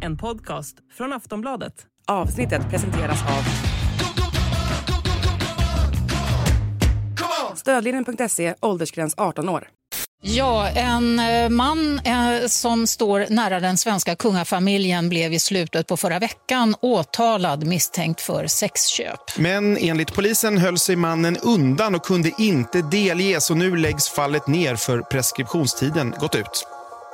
En podcast från Aftonbladet. Avsnittet presenteras av Stödlinjen.se, åldersgräns 18 år. Ja, en man som står nära den svenska kungafamiljen blev i slutet på förra veckan åtalad misstänkt för sexköp. Men enligt polisen höll sig mannen undan och kunde inte delges, och nu läggs fallet ner för preskriptionstiden gått ut.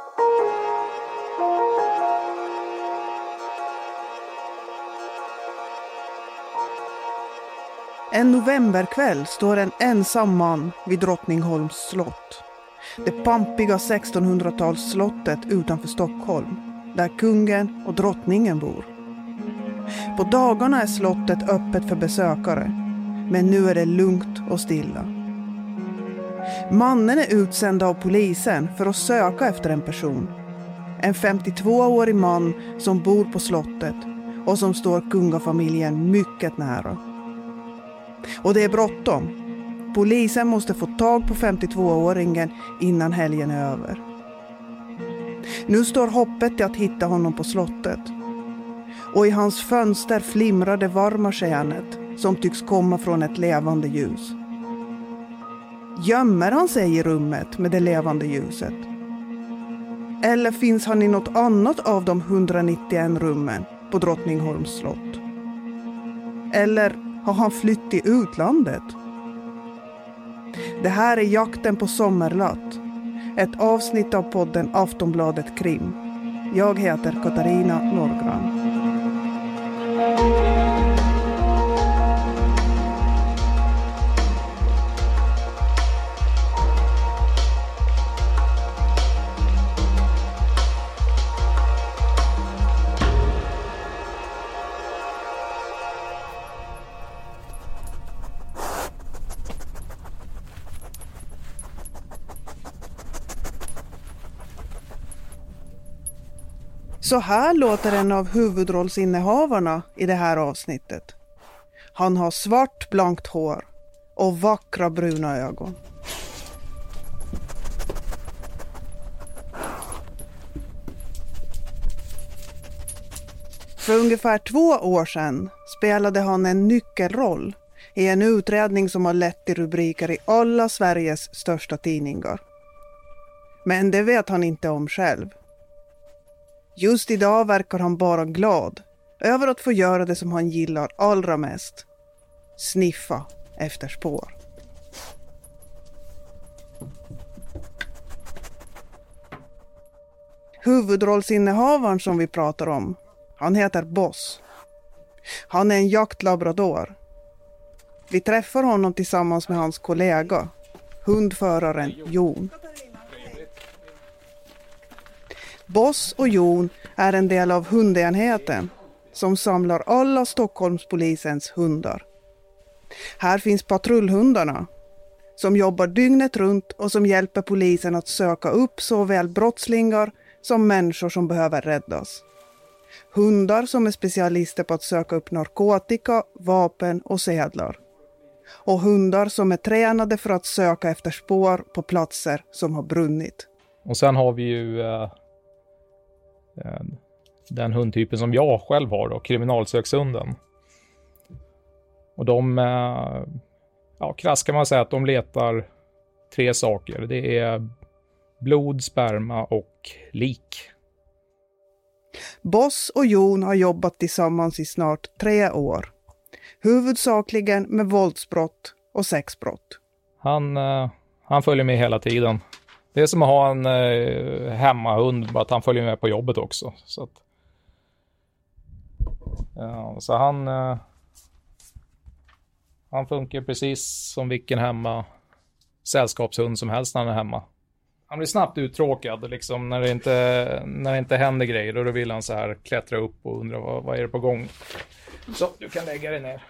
En novemberkväll står en ensam man vid Drottningholms slott. Det pampiga 1600-talsslottet utanför Stockholm, där kungen och drottningen bor. På dagarna är slottet öppet för besökare, men nu är det lugnt och stilla. Mannen är utsänd av polisen för att söka efter en person. En 52-årig man som bor på slottet och som står kungafamiljen mycket nära. Och det är bråttom. Polisen måste få tag på 52-åringen innan helgen är över. Nu står hoppet till att hitta honom på slottet. Och i hans fönster flimrar det varma skenet som tycks komma från ett levande ljus. Gömmer han sig i rummet med det levande ljuset? Eller finns han i något annat av de 191 rummen på Drottningholms slott? Eller har han flytt till utlandet? Det här är Jakten på sommarlatt. Ett avsnitt av podden Aftonbladet Krim. Jag heter Katarina Norgran. Så här låter en av huvudrollsinnehavarna i det här avsnittet. Han har svart blankt hår och vackra bruna ögon. För ungefär 2 år sedan spelade han en nyckelroll i en utredning som har lett till rubriker i alla Sveriges största tidningar. Men det vet han inte om själv. Just idag verkar han bara glad över att få göra det som han gillar allra mest. Sniffa efter spår. Huvudrollsinnehavaren som vi pratar om, han heter Boss. Han är en jaktlabrador. Vi träffar honom tillsammans med hans kollega, hundföraren Jon. Boss och Jon är en del av hundenheten som samlar alla Stockholmspolisens hundar. Här finns patrullhundarna som jobbar dygnet runt och som hjälper polisen att söka upp såväl brottslingar som människor som behöver räddas. Hundar som är specialister på att söka upp narkotika, vapen och sedlar. Och hundar som är tränade för att söka efter spår på platser som har brunnit. Och sen har vi ju den hundtypen som jag själv har då, kriminalsökshunden. Och de, krasst kan man säga att de letar 3 saker. Det är blod, sperma och lik. Boss och Jon har jobbat tillsammans i snart 3 år. Huvudsakligen med våldsbrott och sexbrott. Han följer med hela tiden. Det är som att ha en hemmahund, bara att han följer med på jobbet också. Så han funkar precis som vilken sällskapshund som helst när han är hemma. Han blir snabbt uttråkad liksom, när det inte händer grejer, och då vill han så här klättra upp och undra vad är det på gång. Så, du kan lägga dig ner.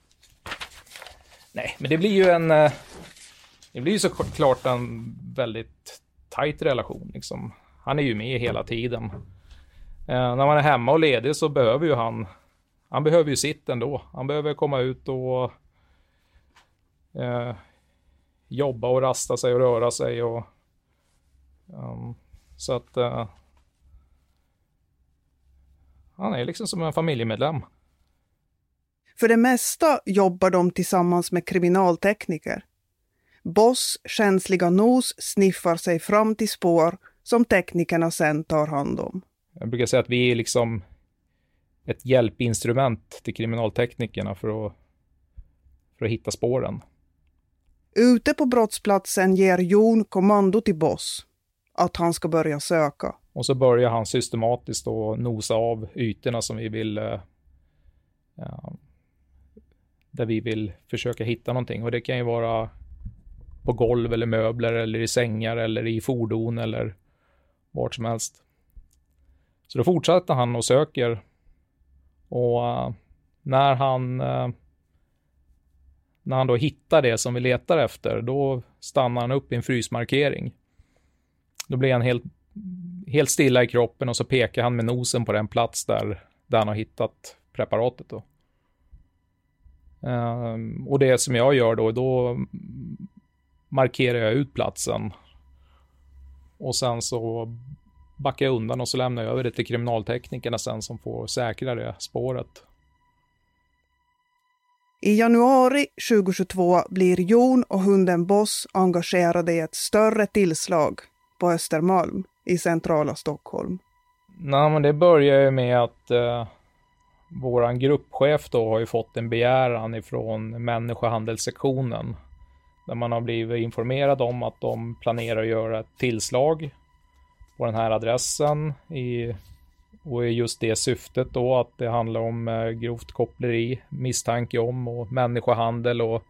Nej, men det blir ju såklart en väldigt tajt relation liksom. Han är ju med hela tiden. När man är hemma och ledig så behöver ju han behöver ju sitt ändå. Han behöver komma ut och jobba och rasta sig och röra sig och så att Han är liksom som en familjemedlem. För det mesta jobbar de tillsammans med kriminaltekniker. Boss känsliga nos sniffar sig fram till spår som teknikerna sen tar hand om. Jag brukar säga att vi är liksom ett hjälpinstrument till kriminalteknikerna för att hitta spåren. Ute på brottsplatsen ger Jon kommando till Boss att han ska börja söka. Och så börjar han systematiskt att nosa av ytorna som vi vill, där vi vill försöka hitta någonting. Och det kan ju vara på golv eller möbler eller i sängar eller i fordon eller vart som helst. Så då fortsätter han och söker. Och när han då hittar det som vi letar efter, då stannar han upp i en frysmarkering. Då blir han helt stilla i kroppen och så pekar han med nosen på den plats där han har hittat preparatet då. Och det som jag gör då markerar jag ut platsen. Och sen så backar jag undan och så lämnar jag över det till kriminalteknikerna sen som får säkra det spåret. I januari 2022 blir Jon och hunden Boss engagerade i ett större tillslag på Östermalm i centrala Stockholm. Nej, men det börjar ju med att våran gruppchef då har ju fått en begäran ifrån människohandelssektionen där man har blivit informerad om att de planerar att göra ett tillslag på den här adressen och i just det syftet då att det handlar om grovt koppleri, misstanke om och människohandel och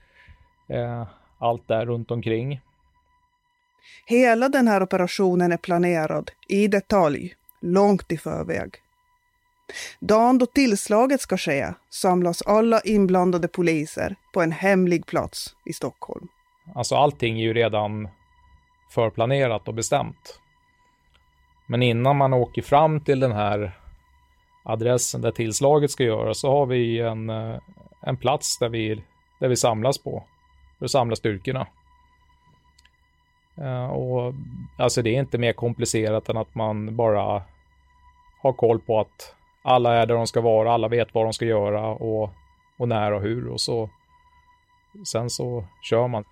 allt där runt omkring. Hela den här operationen är planerad i detalj, långt i förväg. Dagen då tillslaget ska ske samlas alla inblandade poliser på en hemlig plats i Stockholm. Alltså allting är ju redan förplanerat och bestämt. Men innan man åker fram till den här adressen där tillslaget ska göras så har vi en plats där vi samlas på. För att samla styrkorna. Och alltså det är inte mer komplicerat än att man bara har koll på att alla är där de ska vara, alla vet vad de ska göra och när och hur och så sen så kör man.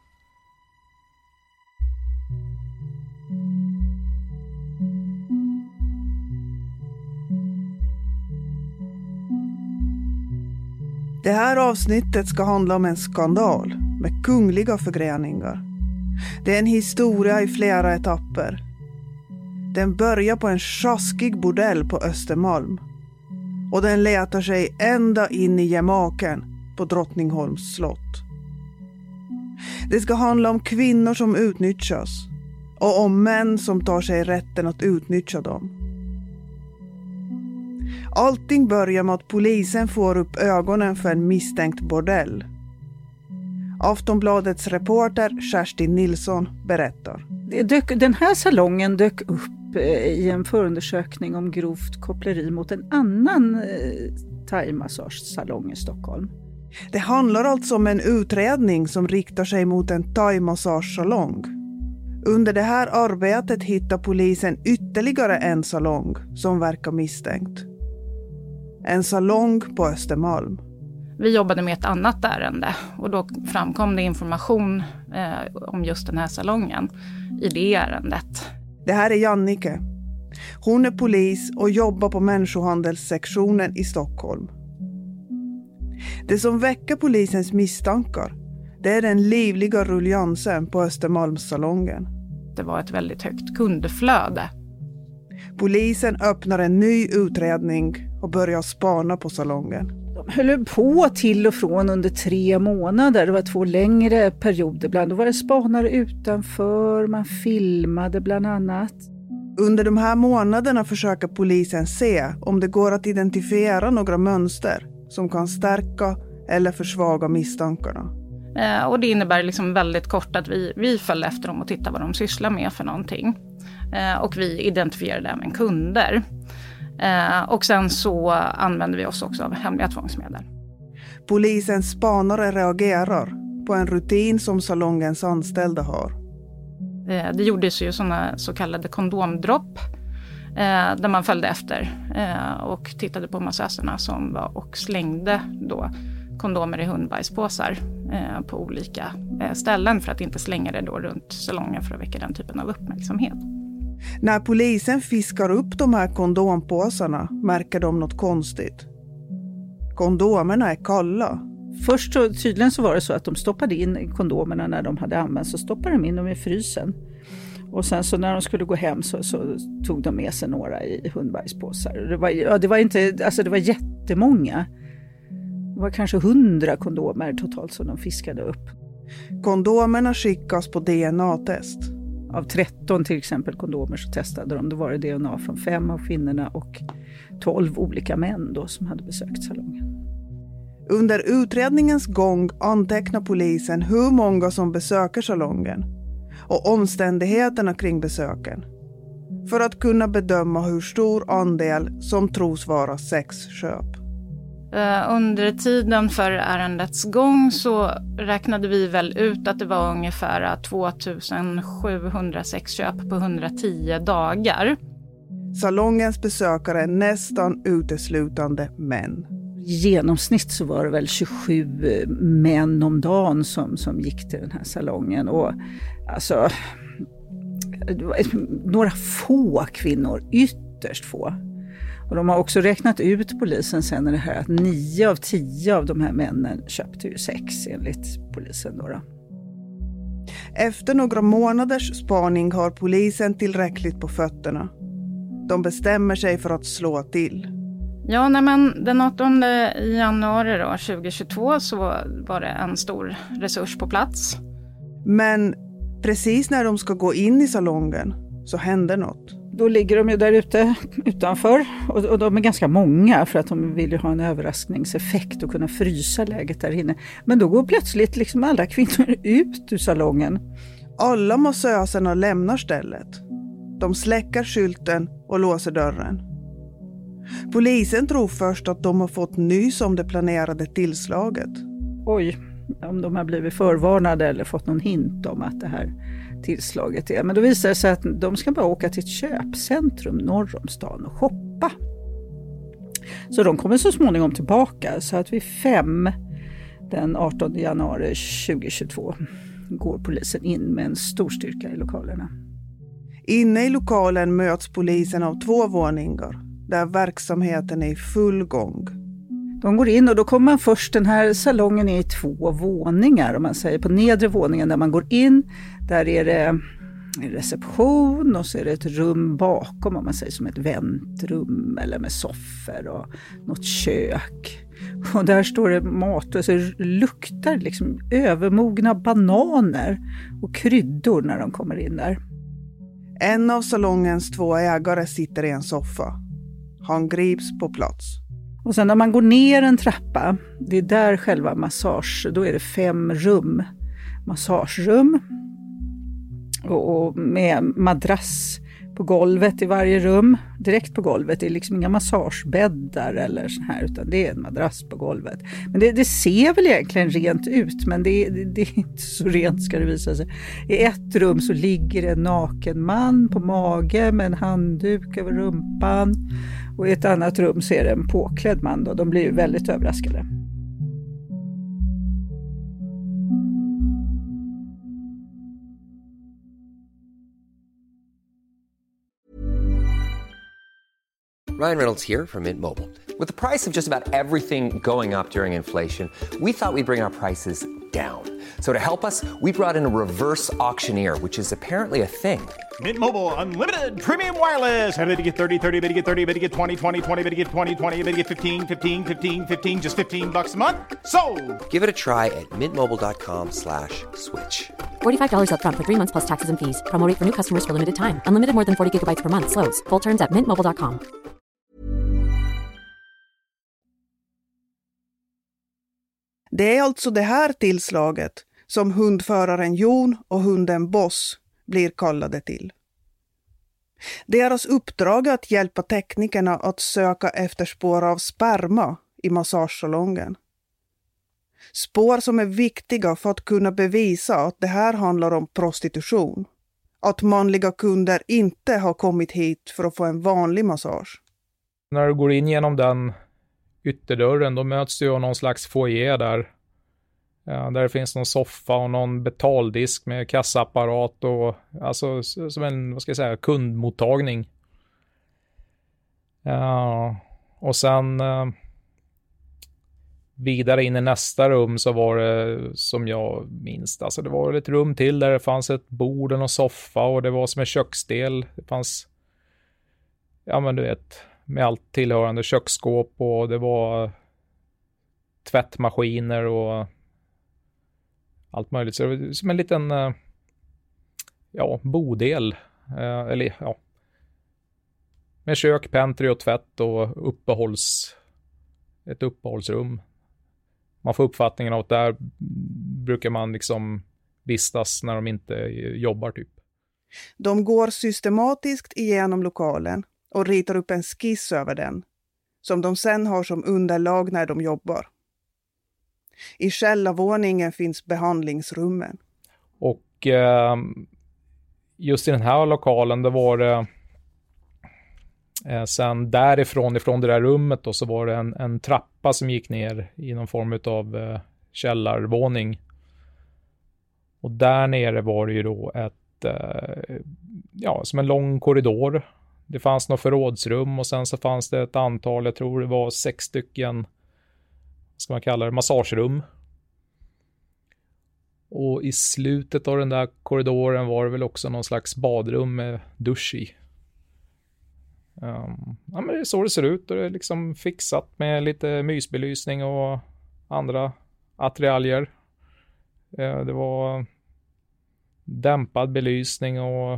Det här avsnittet ska handla om en skandal med kungliga förgreningar. Det är en historia i flera etapper. Den börjar på en sjaskig bordell på Östermalm. Och den letar sig ända in i gemaken på Drottningholms slott. Det ska handla om kvinnor som utnyttjas och om män som tar sig rätten att utnyttja dem. Allting börjar med att polisen får upp ögonen för en misstänkt bordell. Aftonbladets reporter Kerstin Nilsson berättar. Den här salongen dök upp i en förundersökning om grovt koppleri mot en annan thai-massagesalong i Stockholm. Det handlar alltså om en utredning som riktar sig mot en thai-massagesalong. Under det här arbetet hittar polisen ytterligare en salong som verkar misstänkt. En salong på Östermalm. Vi jobbade med ett annat ärende och då framkom det information om just den här salongen i det ärendet. Det här är Jannike. Hon är polis och jobbar på människohandelssektionen i Stockholm. Det som väcker polisens misstankar, det är den livliga ruljansen på Östermalmssalongen. Det var ett väldigt högt kundflöde. Polisen öppnar en ny utredning och börjar spana på salongen. De höll på till och från under 3 månader. Det var 2 längre perioder. Ibland då var det spanare utanför, man filmade bland annat. Under de här månaderna försöker polisen se om det går att identifiera några mönster som kan stärka eller försvaga misstankarna. Och det innebär liksom väldigt kort att vi följer efter dem och tittar vad de sysslar med för någonting. Och vi identifierade även kunder. Och sen så använder vi oss också av hemliga tvångsmedel. Polisens spanare reagerar på en rutin som salongens anställda har. Det gjordes ju sådana så kallade kondomdropp där man följde efter och tittade på massöserna som var och slängde då kondomer i hundbajspåsar på olika ställen för att inte slänga det då runt salongen för att väcka den typen av uppmärksamhet. När polisen fiskar upp de här kondompåsarna märker de något konstigt. Kondomerna är kalla. Först så, tydligen så var det så att de stoppade in kondomerna när de hade använts, så stoppade de in dem i frysen. Och sen så när de skulle gå hem så tog de med sig några i hundbajspåsar. Det var jättemånga. Det var kanske 100 kondomer totalt som de fiskade upp. Kondomerna skickas på DNA-test. Av 13 till exempel kondomer så testade de. Då var det DNA från 5 av kvinnorna och 12 olika män då som hade besökt salongen. Under utredningens gång antecknar polisen hur många som besöker salongen och omständigheterna kring besöken för att kunna bedöma hur stor andel som tros vara sexköp. Under tiden för ärendets gång så räknade vi väl ut att det var ungefär 2700 sexköp på 110 dagar. Salongens besökare är nästan uteslutande män. I genomsnitt så var det väl 27 män om dagen som gick till den här salongen. Och alltså, några få kvinnor, ytterst få. Och de har också räknat ut, polisen sen, det här att 9 av 10 av de här männen köpte ju sex enligt polisen då. Efter några månaders spaning har polisen tillräckligt på fötterna. De bestämmer sig för att slå till. Ja, men den 18 januari då, 2022 så var det en stor resurs på plats. Men precis när de ska gå in i salongen så händer något. Då ligger de ju där ute utanför och de är ganska många för att de vill ju ha en överraskningseffekt och kunna frysa läget där inne. Men då går plötsligt liksom alla kvinnor ut ur salongen. Alla massöserna lämnar stället. De släcker skylten och låser dörren. Polisen tror först att de har fått nys om det planerade tillslaget. Oj, om de har blivit förvarnade eller fått någon hint om att det här tillslaget är. Men då visar det sig att de ska bara åka till ett köpcentrum norr om stan och shoppa. Så de kommer så småningom tillbaka, så att vid 5 den 18 januari 2022 går polisen in med en stor styrka i lokalerna. Inne i lokalen möts polisen av 2 våningar där verksamheten är i full gång. De går in och då kommer man först, den här salongen är i 2 våningar om man säger. På nedre våningen där man går in, där är det en reception och så är det ett rum bakom om man säger som ett väntrum eller med soffor och något kök. Och där står det mat och så luktar liksom övermogna bananer och kryddor när de kommer in där. En av salongens 2 ägare sitter i en soffa. Han grips på plats. Och sen när man går ner en trappa, det är där själva massage, då är det 5 rum. Massagerum och med madrass på golvet i varje rum. Direkt på golvet, det är liksom inga massagebäddar eller så här, utan det är en madrass på golvet. Men det ser väl egentligen rent ut, men det är inte så rent ska det visa sig. I ett rum så ligger en naken man på mage med en handduk över rumpan. Och i ett annat rum så är det en påklädd man då. De blir ju väldigt överraskade. Ryan Reynolds here from Mint Mobile. With the price of just about everything going up during inflation, we thought we'd bring our prices down. So to help us, we brought in a reverse auctioneer, which is apparently a thing. Mint Mobile Unlimited Premium Wireless. How to get 30, 30, bit to get 30, bit to get 20, 20, 20, bit to get 20, 20, bit to get 15, 15, 15, 15, just $15 a month? Sold! Give it a try at mintmobile.com/switch. $45 up front for 3 months plus taxes and fees. Promo rate for new customers for limited time. Unlimited more than 40 gigabytes per month. Slows full terms at mintmobile.com. Det är alltså det här tillslaget som hundföraren Jon och hunden Boss blir kallade till. Deras uppdrag är att hjälpa teknikerna att söka efter spår av sperma i massagesalongen. Spår som är viktiga för att kunna bevisa att det här handlar om prostitution. att manliga kunder inte har kommit hit för att få en vanlig massage. När du går in genom den ytterdörren, då möts du av någon slags foyer där. Där det finns någon soffa och någon betaldisk med kassaapparat och alltså som en, vad ska jag säga, kundmottagning. Och sen vidare in i nästa rum så var det, som jag minns, alltså det var ett rum till där det fanns ett bord och en soffa och det var som en köksdel. Det fanns, ja men du vet, med allt tillhörande köksskåp och det var tvättmaskiner och allt möjligt. Så det var som en liten bodel. Eller ja. Med kök, pantry och tvätt och ett uppehållsrum. Man får uppfattningen av att där brukar man liksom vistas när de inte jobbar typ. De går systematiskt igenom lokalen och ritar upp en skiss över den, som de sen har som underlag när de jobbar. I källarvåningen finns behandlingsrummen. Och just i den här lokalen, det var det sen därifrån, ifrån det där rummet då, så var det en trappa som gick ner i någon form av källarvåning. Och där nere var det ju då som en lång korridor. Det fanns något förrådsrum och sen så fanns det ett antal, jag tror det var 6 stycken, vad ska man kalla det, massagerum. Och i slutet av den där korridoren var det väl också någon slags badrum med dusch i. Men det är så det ser ut och det är liksom fixat med lite mysbelysning och andra attiraljer. Det var dämpad belysning och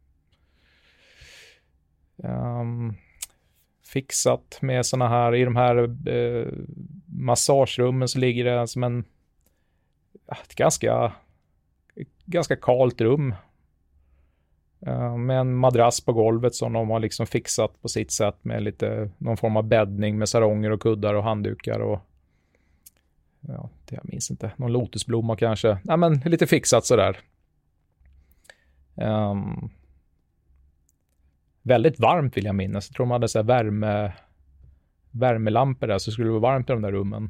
fixat med såna här, i de här massagerummen så ligger det som ett ganska kalt rum med en madrass på golvet som de har liksom fixat på sitt sätt med lite någon form av bäddning med saronger och kuddar och handdukar och jag minns inte, någon lotusblomma kanske. Nej, men lite fixat sådär. Väldigt varmt vill jag minnas. Jag tror man hade så här värmelampor där så skulle det vara varmt i de där rummen.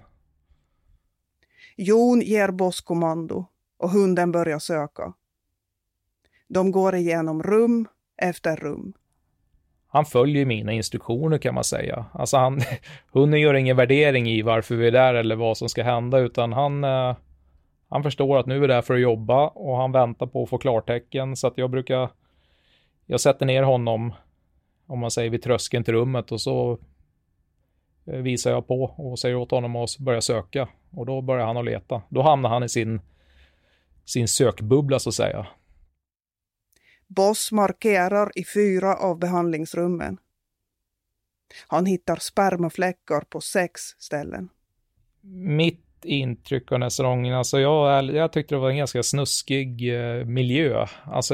Jon ger bosskommando och hunden börjar söka. De går igenom rum efter rum. Han följer mina instruktioner kan man säga. Alltså hunden gör ingen värdering i varför vi är där eller vad som ska hända, utan han förstår att nu är vi där för att jobba och han väntar på att få klartecken, så att jag sätter ner honom, om man säger, vid tröskeln till rummet och så visar jag på och säger åt honom att börja söka, och då börjar han att leta. Då hamnar han i sin sökbubbla så att säga. Boss markerar i 4 av behandlingsrummen. Han hittar spermafläckar på 6 ställen. Mitt intryck av den här salongen, alltså jag tyckte det var en ganska snuskig miljö. Alltså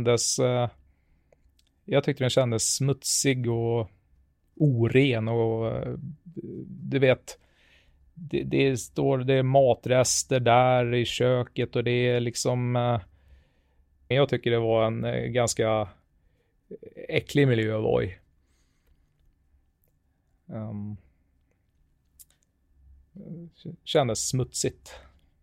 jag tyckte den kändes smutsig och oren och du vet, det är matrester där i köket och det är liksom jag tycker det var en ganska äcklig miljö att vara i. Kändes smutsigt.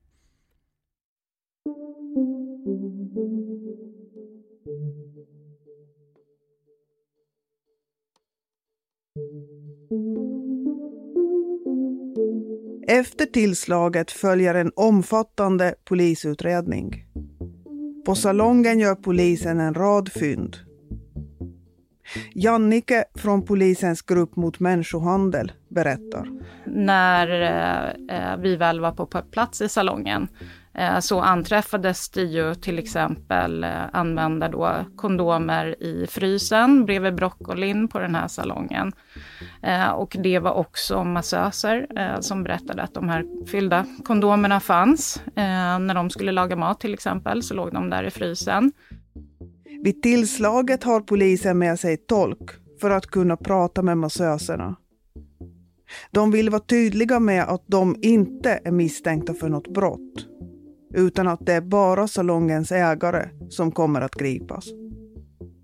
Efter tillslaget följer en omfattande polisutredning. På salongen gör polisen en rad fynd. Jannike från polisens grupp mot människohandel berättar. När vi väl var på plats i salongen så anträffades det ju till exempel använda då kondomer i frysen bredvid broccolin på den här salongen. Och det var också massöser som berättade att de här fyllda kondomerna fanns. När de skulle laga mat till exempel så låg de där i frysen. Vid tillslaget har polisen med sig tolk för att kunna prata med massöserna. De vill vara tydliga med att de inte är misstänkta för något brott, utan att det är bara salongens ägare som kommer att gripas.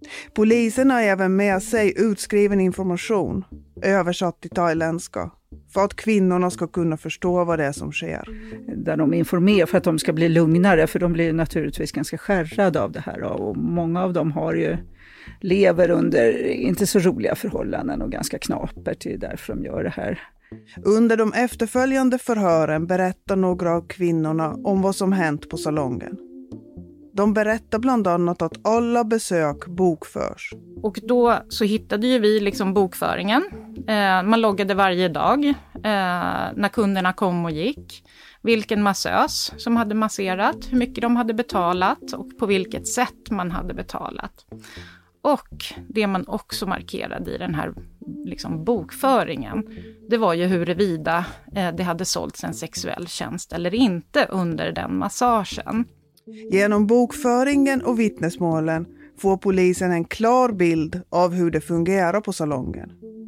Polisen har även med sig utskriven information, översatt till thailändska, för att kvinnorna ska kunna förstå vad det är som sker. Där de informerar för att de ska bli lugnare, för de blir naturligtvis ganska skärrade av det här. Och många av dem lever under inte så roliga förhållanden och ganska knapert, det är därför de gör det här. Under de efterföljande förhören berättar några av kvinnorna om vad som hänt på salongen. De berättar bland annat att alla besök bokförs. Och då så hittade ju vi liksom bokföringen. Man loggade varje dag när kunderna kom och gick. Vilken massös som hade masserat, hur mycket de hade betalat och på vilket sätt man hade betalat. Och det man också markerade i den här liksom bokföringen, det var ju huruvida det hade sålts en sexuell tjänst eller inte under den massagen. Genom bokföringen och vittnesmålen får polisen en klar bild av hur det fungerar på salongen.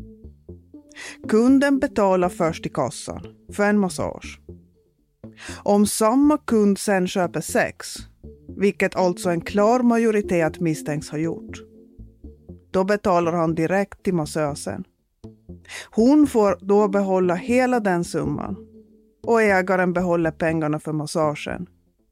Kunden betalar först i kassan för en massage. Om samma kund sen köper sex, vilket alltså en klar majoritet misstänks ha gjort, då betalar han direkt till massösen. Hon får då behålla hela den summan och ägaren behåller pengarna för massagen.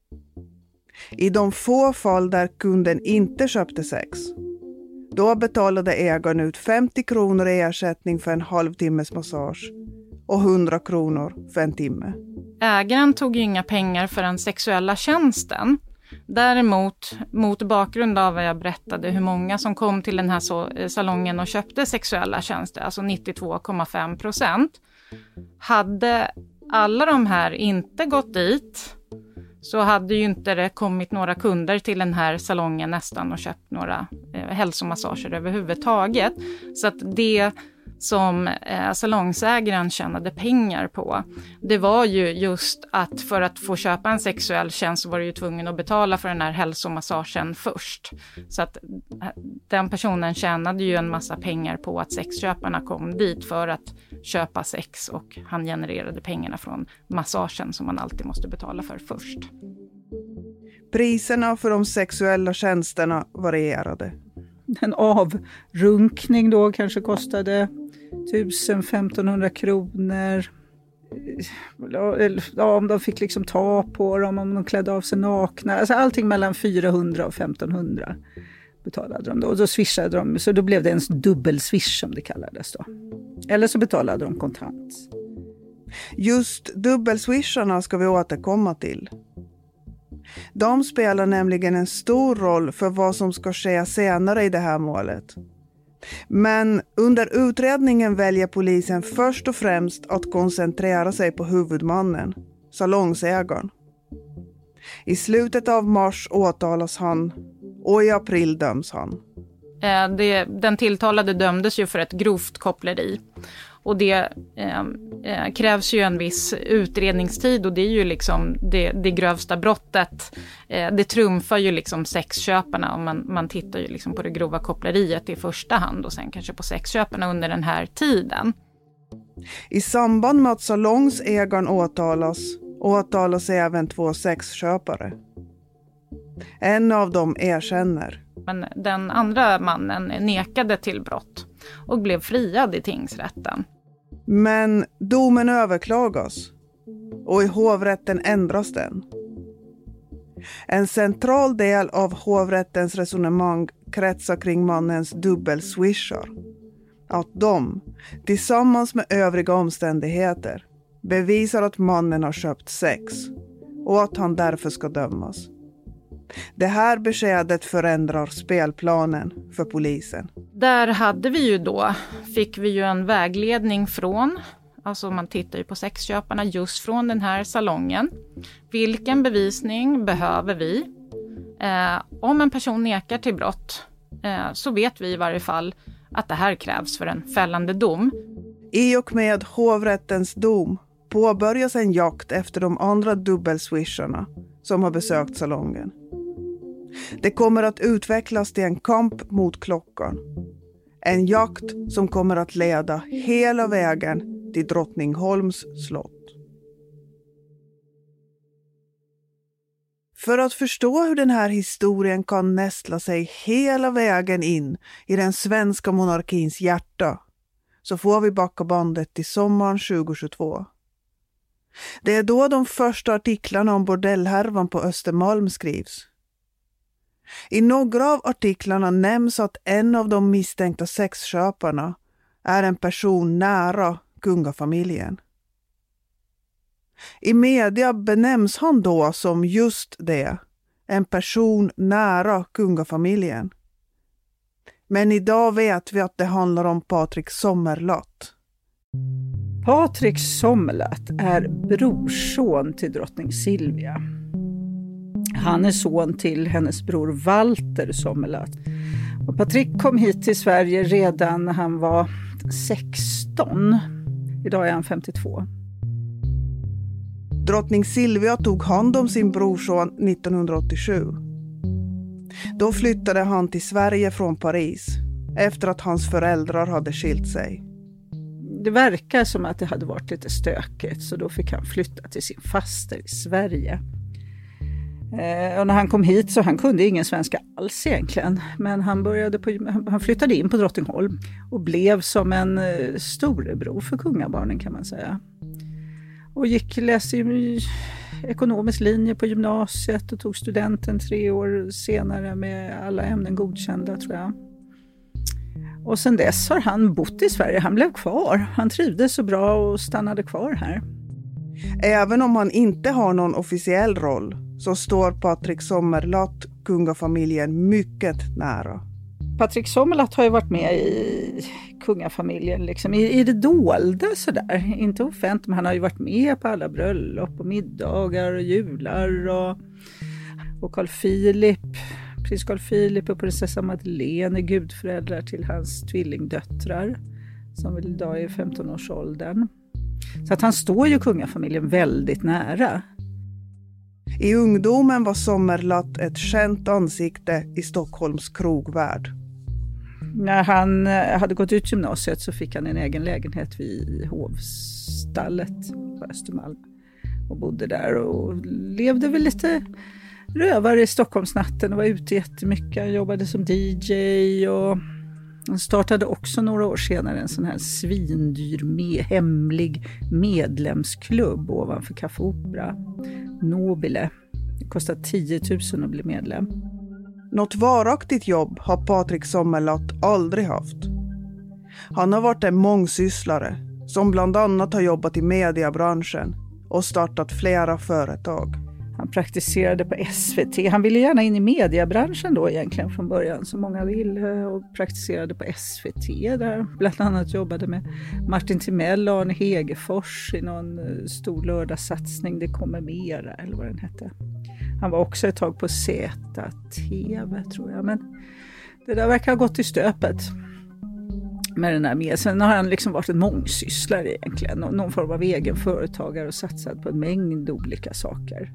I de få fall där kunden inte köpte sex, då betalade ägaren ut 50 kronor i ersättning för en halvtimmes massage och 100 kronor för en timme. Ägaren tog ju inga pengar för den sexuella tjänsten. Däremot, mot bakgrund av vad jag berättade, hur många som kom till den här salongen och köpte sexuella tjänster, alltså 92,5%. Hade alla de här inte gått dit, så hade ju inte det kommit några kunder till den här salongen nästan och köpt några hälsomassager överhuvudtaget. Så att det som salongsägaren tjänade pengar på, det var ju just att för att få köpa en sexuell tjänst så var du ju tvungen att betala för den här hälsomassagen först. Så att den personen tjänade ju en massa pengar på att sexköparna kom dit för att köpa sex, och han genererade pengarna från massagen som man alltid måste betala för först. Priserna för de sexuella tjänsterna varierade. En avrunkning då kanske kostade 1 500 kronor. Ja, om de fick liksom ta på dem, om de klädde av sig nakna. Alltså allting mellan 400 och 1500 betalade de då. Och då swishade de, så då blev det en dubbelswish som det kallades då. Eller så betalade de kontant. Just dubbelswisharna ska vi återkomma till. De spelar nämligen en stor roll för vad som ska ske senare i det här målet. Men under utredningen väljer polisen först och främst att koncentrera sig på huvudmannen, salongsägaren. I slutet av mars åtalas han och i april döms han. Den tilltalade dömdes ju för ett grovt koppleri. Och det krävs ju en viss utredningstid, och det är ju liksom det grövsta brottet. Det trumfar ju liksom sexköparna, och man tittar ju liksom på det grova koppleriet i första hand och sen kanske på sexköparna under den här tiden. I samband med att salongsägaren åtalas även 2 sexköpare. En av dem erkänner. Men den andra mannen nekade till brott och blev friad i tingsrätten. Men domen överklagas och i hovrätten ändras den. En central del av hovrättens resonemang kretsar kring mannens dubbelswishar. Att de, tillsammans med övriga omständigheter, bevisar att mannen har köpt sex och att han därför ska dömas. Det här beskedet förändrar spelplanen för polisen. Där fick vi ju en vägledning från, alltså man tittar ju på sexköparna just från den här salongen. Vilken bevisning behöver vi? Om en person nekar till brott så vet vi i varje fall att det här krävs för en fällande dom. I och med hovrättens dom påbörjas en jakt efter de andra dubbelswisharna som har besökt salongen. Det kommer att utvecklas till en kamp mot klockan. En jakt som kommer att leda hela vägen till Drottningholms slott. För att förstå hur den här historien kan nästla sig hela vägen in i den svenska monarkins hjärta så får vi backa bandet till sommaren 2022. Det är då de första artiklarna om bordellhärvan på Östermalm skrivs. I några av artiklarna nämns att en av de misstänkta sexköparna är en person nära kungafamiljen. I media benämns han då som just det, en person nära kungafamiljen. Men idag vet vi att det handlar om Patrik Sommerlath. Patrik Sommerlath är brorson till drottning Silvia. Han är son till hennes bror Walter Sommerlath. Och Patrik kom hit till Sverige redan när han var 16. Idag är han 52. Drottning Silvia tog hand om sin brorson 1987. Då flyttade han till Sverige från Paris efter att hans föräldrar hade skilt sig. Det verkar som att det hade varit lite stökigt, så då fick han flytta till sin faster i Sverige. Och när han kom hit så han kunde ingen svenska alls egentligen. Men han flyttade in på Drottningholm och blev som en storebror för kungabarnen kan man säga. Och läste ekonomisk linje på gymnasiet och tog studenten 3 år senare med alla ämnen godkända tror jag. Och sen dess har han bott i Sverige. Han blev kvar. Han trivdes så bra och stannade kvar här. Även om han inte har någon officiell roll så står Patrik Sommerlath kungafamiljen mycket nära. Patrik Sommerlath har ju varit med i kungafamiljen liksom, i det dolda sådär. Inte offentligt, men han har ju varit med på alla bröllop och middagar och jular och Carl Philip. Prins Carl Philip och prinsessa Madeleine är gudföräldrar till hans tvillingdöttrar som väl idag är 15-årsåldern. Så att han står ju kungafamiljen väldigt nära. I ungdomen var Sommerlath ett känt ansikte i Stockholms krogvärld. När han hade gått ut gymnasiet så fick han en egen lägenhet vid Hovstallet på Östermalm och bodde där och levde väl lite rövare i Stockholmsnatten och var ute jättemycket. Han jobbade som DJ och han startade också några år senare en sån här svindyr hemlig medlemsklubb ovanför Café Opera, Nobile. Det kostar 10 000 att bli medlem. Något varaktigt jobb har Patrik Sommerlath aldrig haft. Han har varit en mångsysslare som bland annat har jobbat i mediebranschen och startat flera företag. Han praktiserade på SVT. Han ville gärna in i mediebranschen då egentligen från början, som många vill, och praktiserade på SVT där. Bland annat jobbade med Martin Timell och Arne Hegerfors i någon stor lördagssatsning, Det kommer mera eller vad den hette. Han var också ett tag på ZTV tror jag, men det där verkar ha gått i stöpet med den här med. Sen har han liksom varit en mångsysslare egentligen, någon form av egen företagare och satsat på en mängd olika saker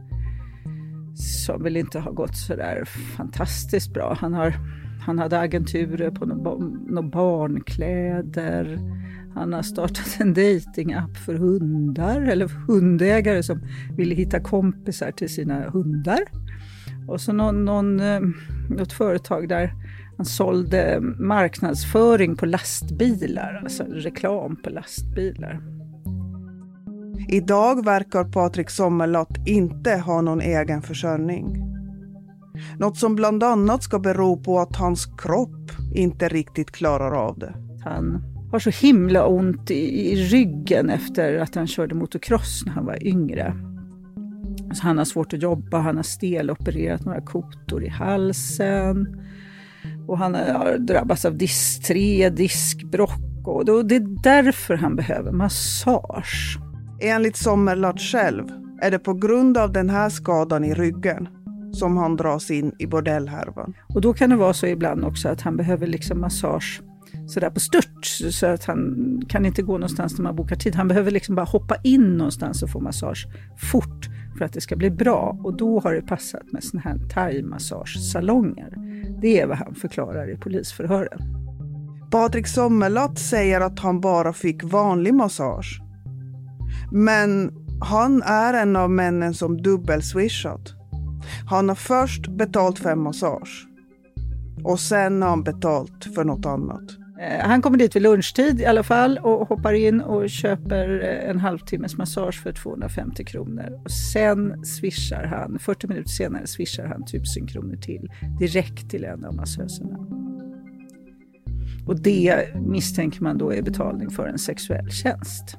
som väl inte har gått så där fantastiskt bra. Han hade agenturer på några barnkläder. Han har startat en datingapp för hundar eller hundägare som ville hitta kompisar till sina hundar. Och så något företag där han sålde marknadsföring på lastbilar, alltså reklam på lastbilar. Idag verkar Patrik Sommerlath inte ha någon egen försörjning. Något som bland annat ska bero på att hans kropp inte riktigt klarar av det. Han har så himla ont i ryggen efter att han körde motocross när han var yngre. Så han har svårt att jobba, han har stelopererat några kotor i halsen. Och han har drabbats av diskbråck. Och det är därför han behöver massage. Enligt Sommerlath själv är det på grund av den här skadan i ryggen som han dras in i bordellhärvan. Och då kan det vara så ibland också att han behöver liksom massage sådär på stört, så att han kan inte gå någonstans när man bokar tid. Han behöver liksom bara hoppa in någonstans och få massage fort för att det ska bli bra. Och då har det passat med såna här thai-massagesalonger. Det är vad han förklarar i polisförhören. Patrik Sommerlath säger att han bara fick vanlig massage. Men han är en av männen som dubbelswishat. Han har först betalt för en massage. Och sen har han betalt för något annat. Han kommer dit vid lunchtid i alla fall och hoppar in och köper en halvtimmes massage för 250 kronor. Och sen swishar han, 40 minuter senare swishar han 1000 kronor till direkt till en av massöserna. Och det misstänker man då är betalning för en sexuell tjänst.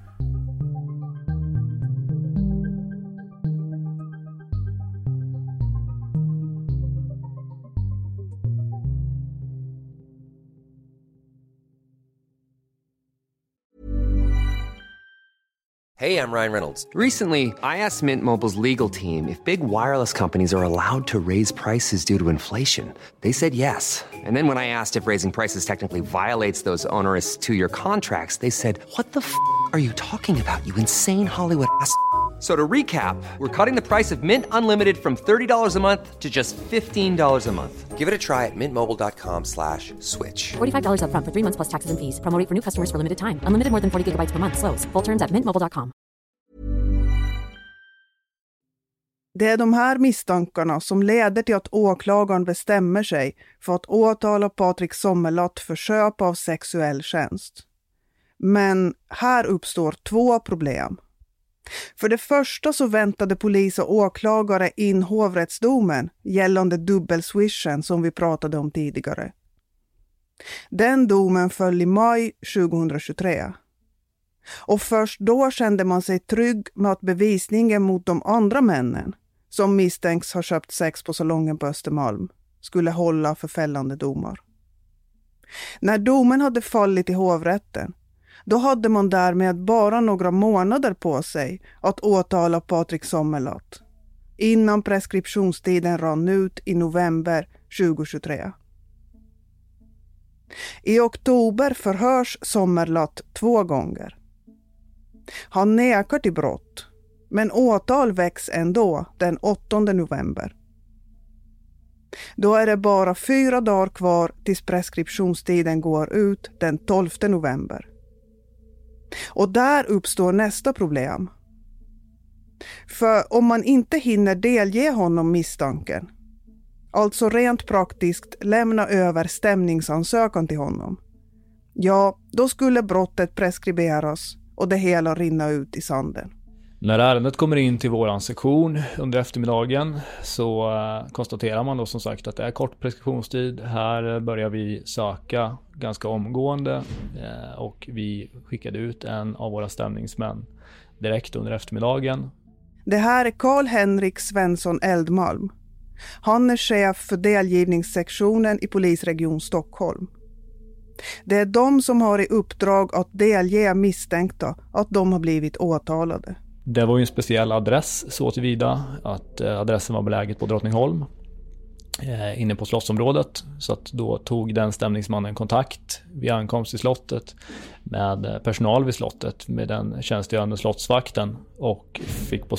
Hey, I'm Ryan Reynolds. Recently, I asked Mint Mobile's legal team if big wireless companies are allowed to raise prices due to inflation. They said yes. And then when I asked if raising prices technically violates those onerous 2-year contracts, they said, "What the f*** are you talking about, you insane Hollywood ass?" So to recap, we're cutting the price of Mint Unlimited from $30 a month to just $15 a month. Give it a try at mintmobile.com/switch. $45 up front for 3 months plus taxes and fees. Promo rate for new customers for limited time. Unlimited more than 40 gigabytes per month. Slows full terms at mintmobile.com. Det är de här misstankarna som leder till att åklagaren bestämmer sig för att åtala Patrik Sommerlath för köp av sexuell tjänst. Men här uppstår 2 problem. För det första så väntade polis och åklagare in hovrättsdomen gällande dubbelswishen som vi pratade om tidigare. Den domen föll i maj 2023. Och först då kände man sig trygg med att bevisningen mot de andra männen som misstänks ha köpt sex på salongen på Östermalm skulle hålla för fällande domar. När domen hade fallit i hovrätten, då hade man därmed bara några månader på sig att åtala Patrik Sommerlath innan preskriptionstiden rann ut i november 2023. I oktober förhörs Sommerlath 2 gånger. Han nekar till brott, men åtal väcks ändå den 8 november. Då är det bara 4 dagar kvar tills preskriptionstiden går ut den 12 november. Och där uppstår nästa problem. För om man inte hinner delge honom misstanken, alltså rent praktiskt lämna över stämningsansökan till honom, ja, då skulle brottet preskriberas och det hela rinna ut i sanden. När ärendet kommer in till våran sektion under eftermiddagen så konstaterar man då som sagt att det är kort preskriptionstid. Här börjar vi söka ganska omgående och vi skickade ut en av våra stämningsmän direkt under eftermiddagen. Det här är Karl-Henrik Svensson Eldmalm. Han är chef för delgivningssektionen i polisregion Stockholm. Det är de som har i uppdrag att delge misstänkta att de har blivit åtalade. Det var ju en speciell adress så tillvida att adressen var beläget på Drottningholm inne på slottsområdet. Så att då tog den stämningsmannen kontakt vid ankomst till slottet med personal vid slottet med den tjänstgörande slottsvakten och fick på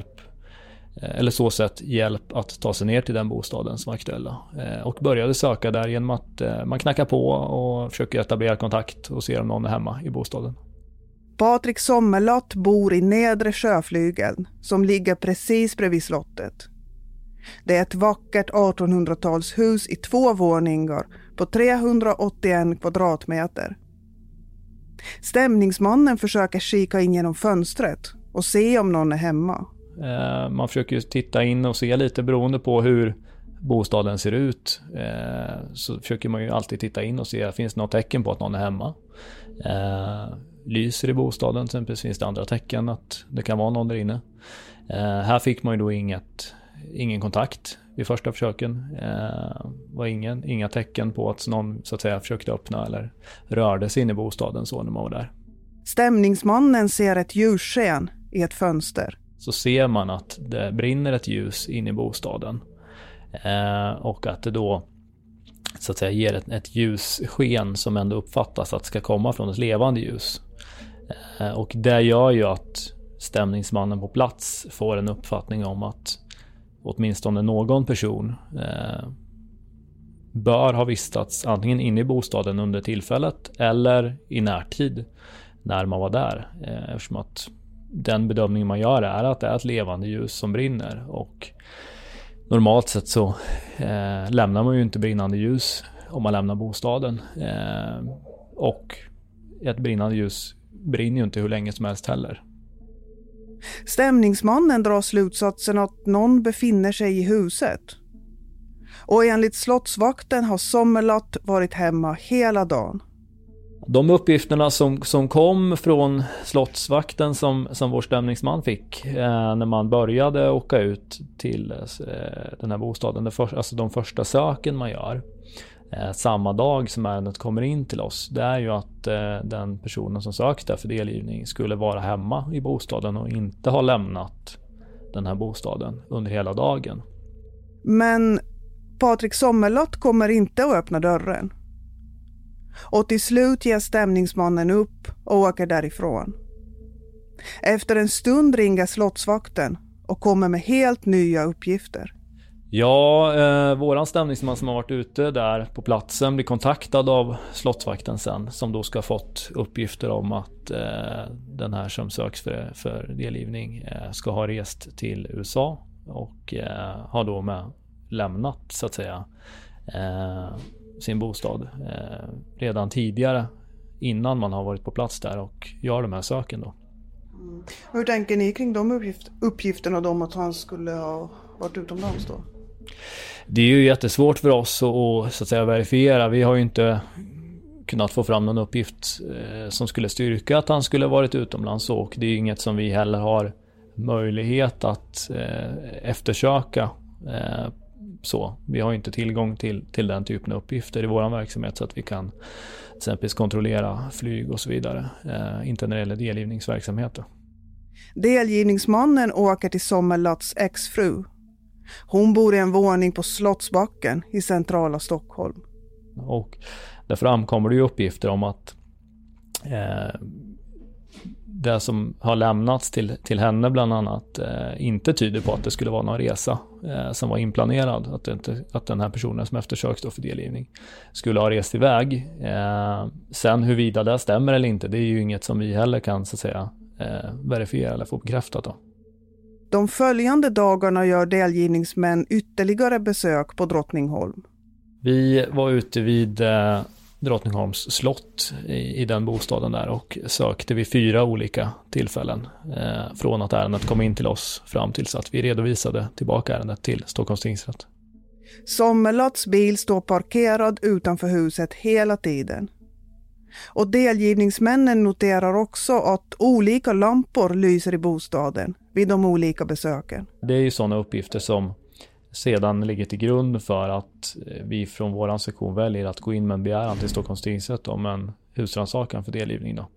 så sätt hjälp att ta sig ner till den bostaden som var aktuella. Och började söka där genom att man knackar på och försöker etablera kontakt och se om någon är hemma i bostaden. Patrik Sommerlath bor i nedre Sjöflygeln som ligger precis bredvid slottet. Det är ett vackert 1800-talshus i 2 våningar på 381 kvadratmeter. Stämningsmannen försöker kika in genom fönstret och se om någon är hemma. Man försöker ju titta in och se lite beroende på hur bostaden ser ut. Så försöker man ju alltid titta in och se, finns det något tecken på att någon är hemma? Lyser i bostaden, till exempel finns det andra tecken att det kan vara någon där inne. Här fick man ju då ingen kontakt vid första försöken. Var inga tecken på att någon så att säga försökte öppna eller rörde sig in i bostaden så när man var där. Stämningsmannen ser ett ljussken i ett fönster. Så ser man att det brinner ett ljus in i bostaden och att det då så att säga ger ett ljussken som ändå uppfattas att ska komma från ett levande ljus. Och det gör ju att stämningsmannen på plats får en uppfattning om att åtminstone någon person bör ha vistats antingen inne i bostaden under tillfället eller i närtid när man var där. Eftersom att den bedömning man gör är att det är ett levande ljus som brinner och normalt sett så lämnar man ju inte brinnande ljus om man lämnar bostaden. Och ett brinnande ljus brinner ju inte hur länge som helst heller. Stämningsmannen drar slutsatsen att någon befinner sig i huset. Och enligt slottsvakten har Sommerlath varit hemma hela dagen. De uppgifterna som kom från slottsvakten som vår stämningsman fick när man började åka ut till den här bostaden, alltså de första söken man gör samma dag som ärendet kommer in till oss, det är ju att den personen som sökte för delgivning skulle vara hemma i bostaden och inte ha lämnat den här bostaden under hela dagen. Men Patrik Sommerlath kommer inte att öppna dörren. Och till slut ger stämningsmannen upp och åker därifrån. Efter en stund ringer slottsvakten och kommer med helt nya uppgifter. Ja, våran stämningsman som har varit ute där på platsen blir kontaktad av slottsvakten sen, som då ska ha fått uppgifter om att den här som söks för delgivning ska ha rest till USA och har då med lämnat så att säga sin bostad redan tidigare innan man har varit på plats där och gör de här söken då. Hur tänker ni kring de uppgifterna om att han skulle ha varit utomlands då? Det är ju jättesvårt för oss att så att säga verifiera. Vi har ju inte kunnat få fram någon uppgift som skulle styrka att han skulle ha varit utomlands, och det är inget som vi heller har möjlighet att eftersöka. Så vi har inte tillgång till den typen av uppgifter i vår verksamhet så att vi kan exempelvis kontrollera flyg och så vidare. Inte när det gäller delgivningsverksamhet. Delgivningsmannen åker till Sommerlaths exfru. Hon bor i en våning på Slottsbacken i centrala Stockholm. Och där framkommer det ju uppgifter om att det som har lämnats till henne bland annat inte tyder på att det skulle vara någon resa som var inplanerad. Att den här personen som eftersöks då för delgivning skulle ha rest iväg. Sen huruvida det stämmer eller inte, det är ju inget som vi heller kan så att säga verifiera eller få bekräftat då. De följande dagarna gör delgivningsmän ytterligare besök på Drottningholm. Vi var ute vid Drottningholms slott i den bostaden där och sökte vid 4 olika tillfällen från att ärendet kom in till oss fram tills att vi redovisade tillbaka ärendet till Stockholms tingsrätt. Sommerlaths bil står parkerad utanför huset hela tiden. Och delgivningsmännen noterar också att olika lampor lyser i bostaden vid de olika besöken. Det är ju sådana uppgifter som sedan ligger till grund för att vi från vår sektion väljer att gå in med en begäran till Stockholms tingsrätt om en husrannsakan för delgivning då.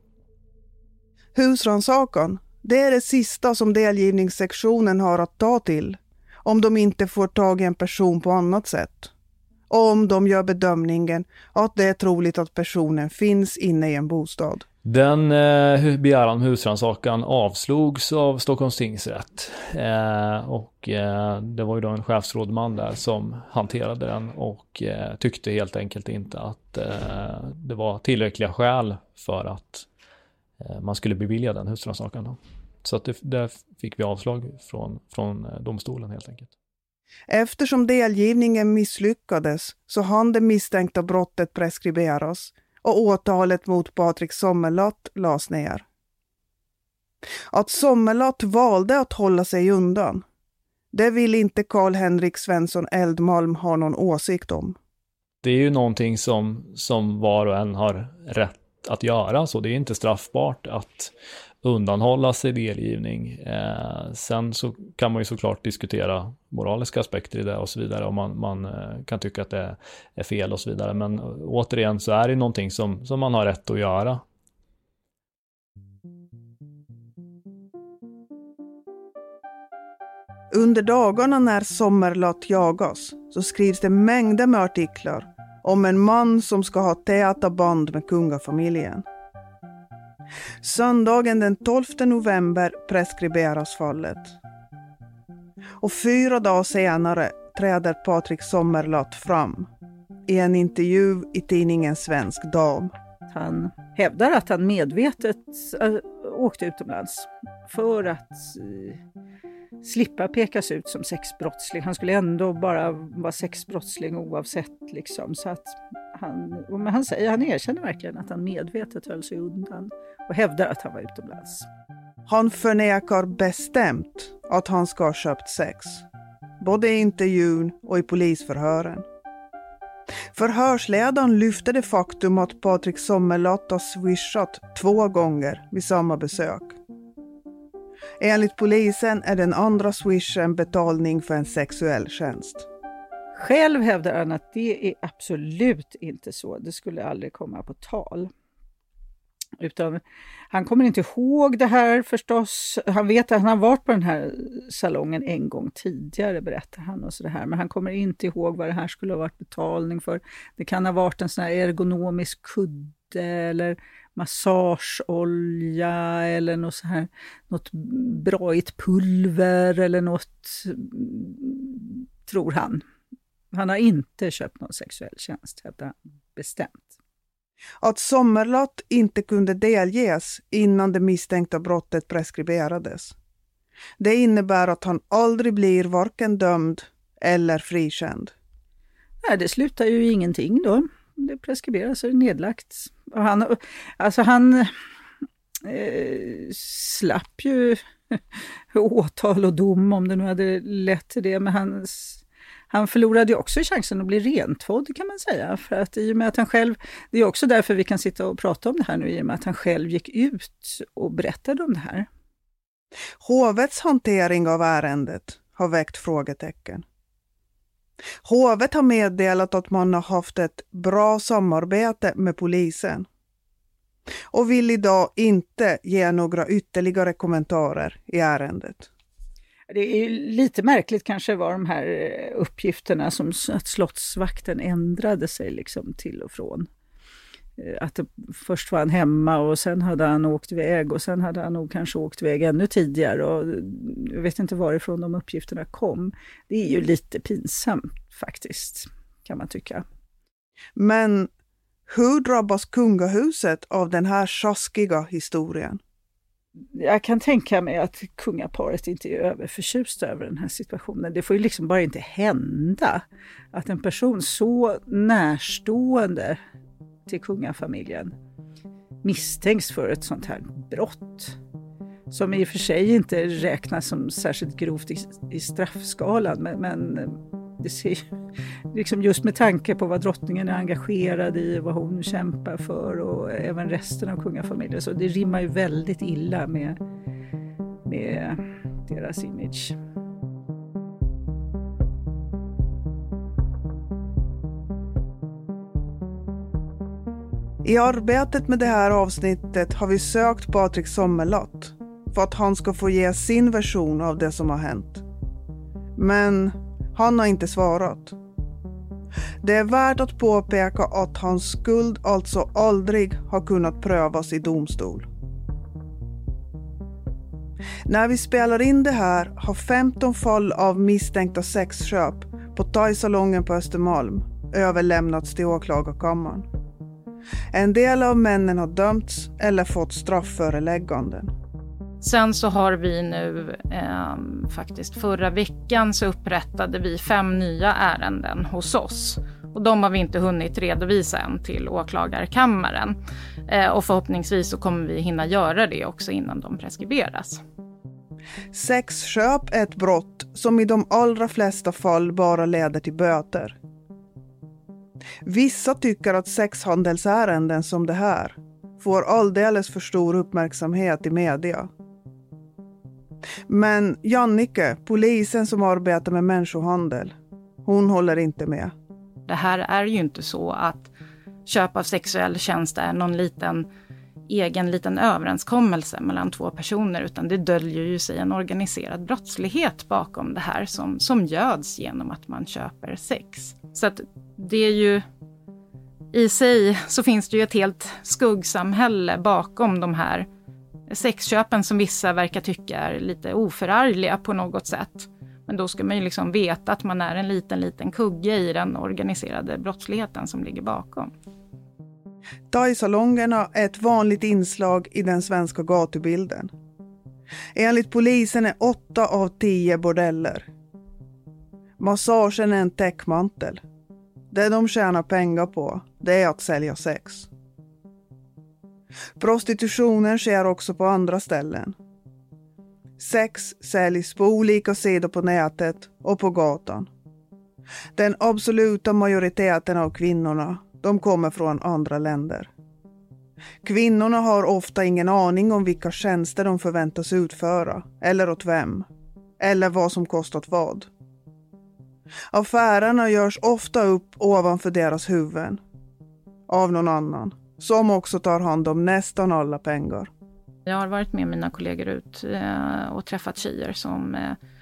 Husrannsakan, det är det sista som delgivningssektionen har att ta till om de inte får tag i en person på annat sätt. Om de gör bedömningen att det är troligt att personen finns inne i en bostad. Den begäran om husrannsakan avslogs av Stockholms tingsrätt och det var ju då en chefsrådman där som hanterade den och tyckte helt enkelt inte att det var tillräckliga skäl för att man skulle bevilja den husrannsakan då. Så att där fick vi avslag från domstolen helt enkelt. Eftersom delgivningen misslyckades så hann det misstänkta brottet preskriberas och åtalet mot Patrik Sommerlath lades ner. Att Sommerlath valde att hålla sig undan, det vill inte Carl-Henrik Svensson Eldmalm ha någon åsikt om. Det är ju någonting som var och en har rätt att göra, så det är inte straffbart att undanhålla sig delgivning. Sen så kan man ju såklart diskutera moraliska aspekter i det och så vidare, om man kan tycka att det är fel och så vidare, men återigen så är det någonting som man har rätt att göra. Under dagarna när Sommerlath jagas så skrivs det mängder med artiklar om en man som ska ha täta band med kungafamiljen. Söndagen den 12 november preskriberas fallet. Och 4 dagar senare träder Patrik Sommerlath fram i en intervju i tidningen Svensk Dam. Han hävdar att han medvetet åkte utomlands för att slippa pekas ut som sexbrottsling. Han skulle ändå bara vara sexbrottsling oavsett liksom. Så att han erkänner verkligen att han medvetet höll sig undan och hävdar att han var utomlands. Han förnekar bestämt att han ska ha köpt sex. Både i intervjun och i polisförhören. Förhörsledaren lyfte det faktum att Patrik Sommerlath har swishat 2 gånger vid samma besök. Enligt polisen är den andra swishen betalning för en sexuell tjänst. Själv hävdar han att det är absolut inte så. Det skulle aldrig komma på tal. Utan han kommer inte ihåg det här förstås. Han vet att han har varit på den här salongen en gång tidigare, berättar han och så det här. Men han kommer inte ihåg vad det här skulle ha varit betalning för. Det kan ha varit en sån här ergonomisk kudde eller massageolja eller något så här, något brajigt pulver eller något, tror han. Han har inte köpt någon sexuell tjänst, hävdar han bestämt. Att Sommerlath inte kunde delges innan det misstänkta brottet preskriberades. Det innebär att han aldrig blir varken dömd eller frikänd. Nej, det slutar ju ingenting då. Det preskriberas och är nedlagt. Och han slapp ju åtal och dom om det nu hade lett till det. Men han förlorade ju också chansen att bli rentvådd, kan man säga. För att i och med att han själv, det är också därför vi kan sitta och prata om det här nu, i och med att han själv gick ut och berättade om det här. Hovets hantering av ärendet har väckt frågetecken. Hovet har meddelat att man har haft ett bra samarbete med polisen och vill idag inte ge några ytterligare kommentarer i ärendet. Det är lite märkligt kanske var de här uppgifterna som att slottsvakten ändrade sig liksom till och från. Att först var han hemma och sen hade han åkt iväg och sen hade han nog kanske åkt iväg ännu tidigare och jag vet inte varifrån de uppgifterna kom. Det är ju lite pinsamt faktiskt, kan man tycka. Men hur drabbas kungahuset av den här sjaskiga historien? Jag kan tänka mig att kungaparet inte är överförtjust över den här situationen. Det får ju liksom bara inte hända att en person så närstående till kungafamiljen misstänks för ett sånt här brott. Som i och för sig inte räknas som särskilt grovt i straffskalan. Men det ser liksom just med tanke på vad drottningen är engagerad i, vad hon kämpar för och även resten av kungafamiljen. Så det rimmar ju väldigt illa med deras image. I arbetet med det här avsnittet har vi sökt Patrik Sommerlath för att han ska få ge sin version av det som har hänt. Men han har inte svarat. Det är värt att påpeka att hans skuld alltså aldrig har kunnat prövas i domstol. När vi spelar in det här har 15 fall av misstänkta sexköp på Thai-salongen på Östermalm överlämnats till åklagarkammaren. En del av männen har dömts eller fått straffförelägganden. Sen så har vi nu faktiskt förra veckan så upprättade vi 5 nya ärenden hos oss. Och de har vi inte hunnit redovisa än till åklagarkammaren. Och förhoppningsvis så kommer vi hinna göra det också innan de preskriberas. Sexköp är ett brott som i de allra flesta fall bara leder till böter. Vissa tycker att sexhandelsärenden som det här får alldeles för stor uppmärksamhet i media. Men Jannike, polisen som arbetar med människohandel, hon håller inte med. Det här är ju inte så att köp av sexuell tjänst är någon egen liten överenskommelse mellan 2 personer, utan det döljer ju sig en organiserad brottslighet bakom det här som göds genom att man köper sex. Så att det är ju i sig så finns det ju ett helt skuggsamhälle bakom de här sexköpen som vissa verkar tycka är lite oförargliga på något sätt. Men då ska man ju liksom veta att man är en liten kugge i den organiserade brottsligheten som ligger bakom. Thai-salongerna är ett vanligt inslag i den svenska gatubilden. Enligt polisen är 8 av 10 bordeller. Massagen är en täckmantel. Det de tjänar pengar på, det är att sälja sex. Prostitutionen sker också på andra ställen. Sex säljs på olika sidor på nätet och på gatan. Den absoluta majoriteten av kvinnorna, de kommer från andra länder. Kvinnorna har ofta ingen aning om vilka tjänster de förväntas utföra, eller åt vem, eller vad som kostat vad. Affärerna görs ofta upp ovanför deras huvuden, av någon annan, som också tar hand om nästan alla pengar. Jag har varit med mina kollegor ut och träffat tjejer som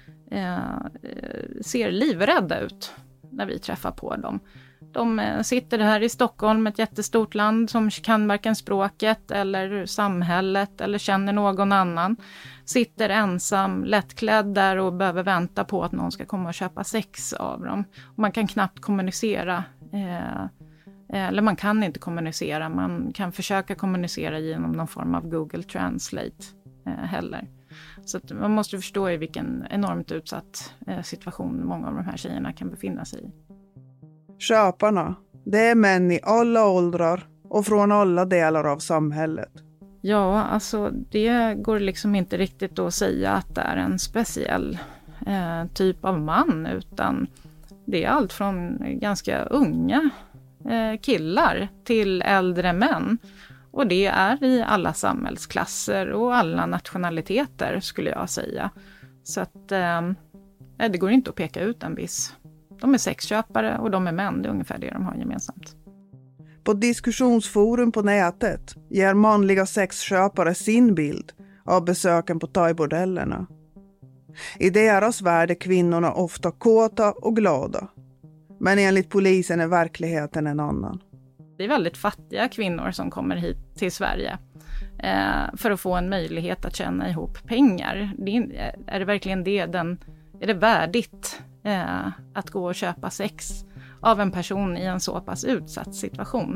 ser livrädda ut när vi träffar på dem. De sitter här i Stockholm, ett jättestort land som kan varken språket eller samhället eller känner någon annan. Sitter ensam, lättklädd där och behöver vänta på att någon ska komma och köpa sex av dem. Och man kan knappt kommunicera, eller man kan inte kommunicera. Man kan försöka kommunicera genom någon form av Google Translate heller. Så att man måste förstå i vilken enormt utsatt situation många av de här tjejerna kan befinna sig i. Köparna, det är män i alla åldrar och från alla delar av samhället. Ja, alltså det går liksom inte riktigt att säga att det är en speciell typ av man, utan det är allt från ganska unga killar till äldre män. Och det är i alla samhällsklasser och alla nationaliteter skulle jag säga. Så att det går inte att peka ut en viss. De är sexköpare och de är män, det är ungefär det de har gemensamt. På diskussionsforum på nätet ger manliga sexköpare sin bild av besöken på thaibordellerna. I deras värld är kvinnorna ofta kåta och glada. Men enligt polisen är verkligheten en annan. Det är väldigt fattiga kvinnor som kommer hit till Sverige för att få en möjlighet att tjäna ihop pengar. Är det verkligen det? Är det värdigt att gå och köpa sex av en person i en så pass utsatt situation?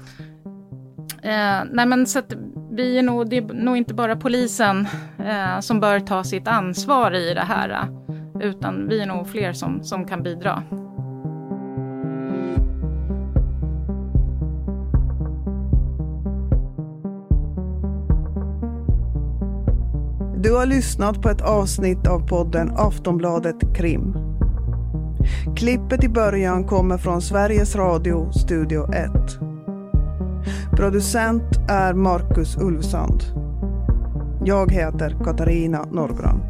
Nej, men så att det är nog inte bara polisen som bör ta sitt ansvar i det här, utan vi är nog fler som kan bidra. Du har lyssnat på ett avsnitt av podden Aftonbladet Krim. Klippet i början kommer från Sveriges Radio Studio 1. Producent är Marcus Ulfsand. Jag heter Katarina Norgran.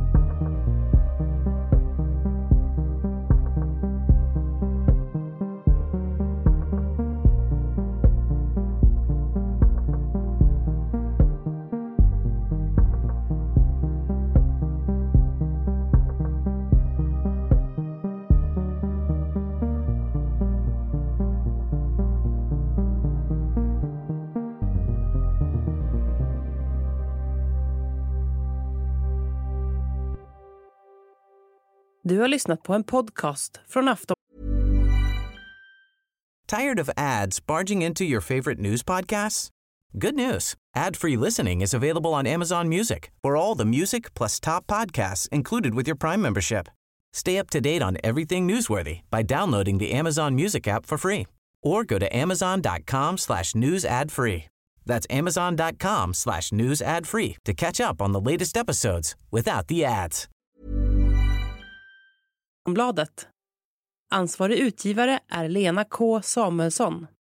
Du har lyssnat på en podcast från Afton. Tired of ads barging into your favorite news podcasts? Good news. Ad-free listening is available on Amazon Music for all the music plus top podcasts included with your Prime membership. Stay up to date on everything newsworthy by downloading the Amazon Music app for free or go to amazon.com/news ad free. That's amazon.com/news ad free to catch up on the latest episodes without the ads. Bladet. Ansvarig utgivare är Lena K. Samuelsson.